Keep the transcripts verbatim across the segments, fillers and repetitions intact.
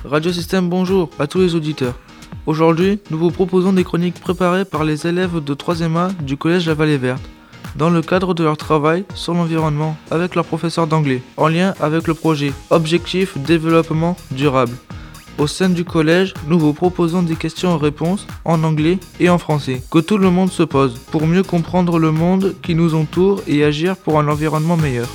Radio Système, bonjour à tous les auditeurs. Aujourd'hui, nous vous proposons des chroniques préparées par les élèves de troisième A du collège La Vallée Verte, dans le cadre de leur travail sur l'environnement avec leur professeur d'anglais, en lien avec le projet Objectif Développement Durable. Au sein du collège, nous vous proposons des questions-réponses en anglais et en français, que tout le monde se pose, pour mieux comprendre le monde qui nous entoure et agir pour un environnement meilleur.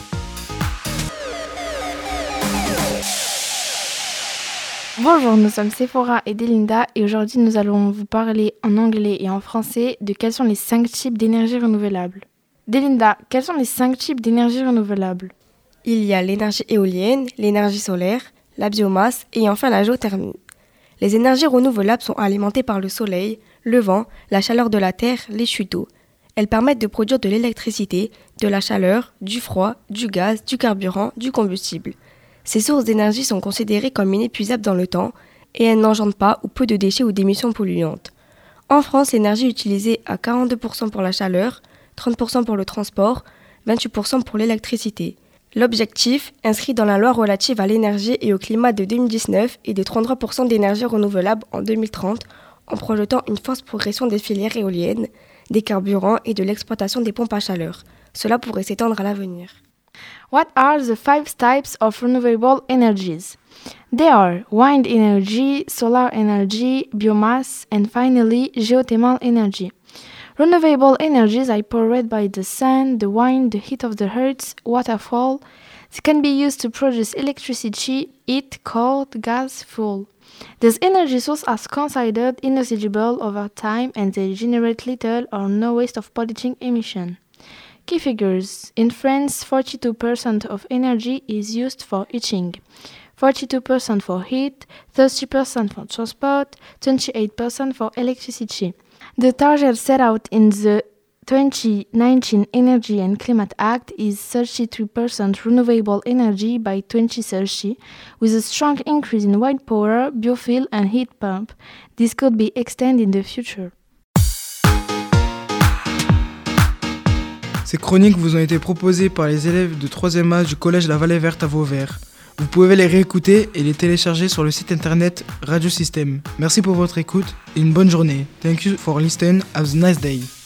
Bonjour, nous sommes Sephora et Delinda et aujourd'hui nous allons vous parler en anglais et en français de quels sont les cinq types d'énergie renouvelable. Delinda, quels sont les cinq types d'énergie renouvelable? Il y a l'énergie éolienne, l'énergie solaire, la biomasse et enfin la géothermie. Les énergies renouvelables sont alimentées par le soleil, le vent, la chaleur de la terre, les chutes d'eau. Elles permettent de produire de l'électricité, de la chaleur, du froid, du gaz, du carburant, du combustible. Ces sources d'énergie sont considérées comme inépuisables dans le temps et elles n'engendrent pas ou peu de déchets ou d'émissions polluantes. En France, l'énergie est utilisée à quarante-deux pour cent pour la chaleur, trente pour cent pour le transport, vingt-huit pour cent pour l'électricité. L'objectif, inscrit dans la loi relative à l'énergie et au climat de deux mille dix-neuf, est de trente-trois pour cent d'énergie renouvelable en deux mille trente, en projetant une forte progression des filières éoliennes, des carburants et de l'exploitation des pompes à chaleur. Cela pourrait s'étendre à l'avenir. What are the five types of renewable energies? They are wind energy, solar energy, biomass, and finally geothermal energy. Renewable energies are powered by the sun, the wind, the heat of the earth, waterfall. They can be used to produce electricity, heat, cold, gas, fuel. These energy sources are considered ineligible over time and they generate little or no waste of polluting emission. Key figures. In France, forty-two percent of energy is used for heating, forty-two percent for heat, thirty percent for transport, twenty-eight percent for electricity. The target set out in the twenty nineteen Energy and Climate Act is thirty-three percent renewable energy by twenty thirty, with a strong increase in wind power, biofuel and heat pump. This could be extended in the future. Ces chroniques vous ont été proposées par les élèves de troisième A du collège La Vallée Verte à Vauvert. Vous pouvez les réécouter et les télécharger sur le site internet Radio Système. Merci pour votre écoute et une bonne journée. Thank you for listening. Have a nice day.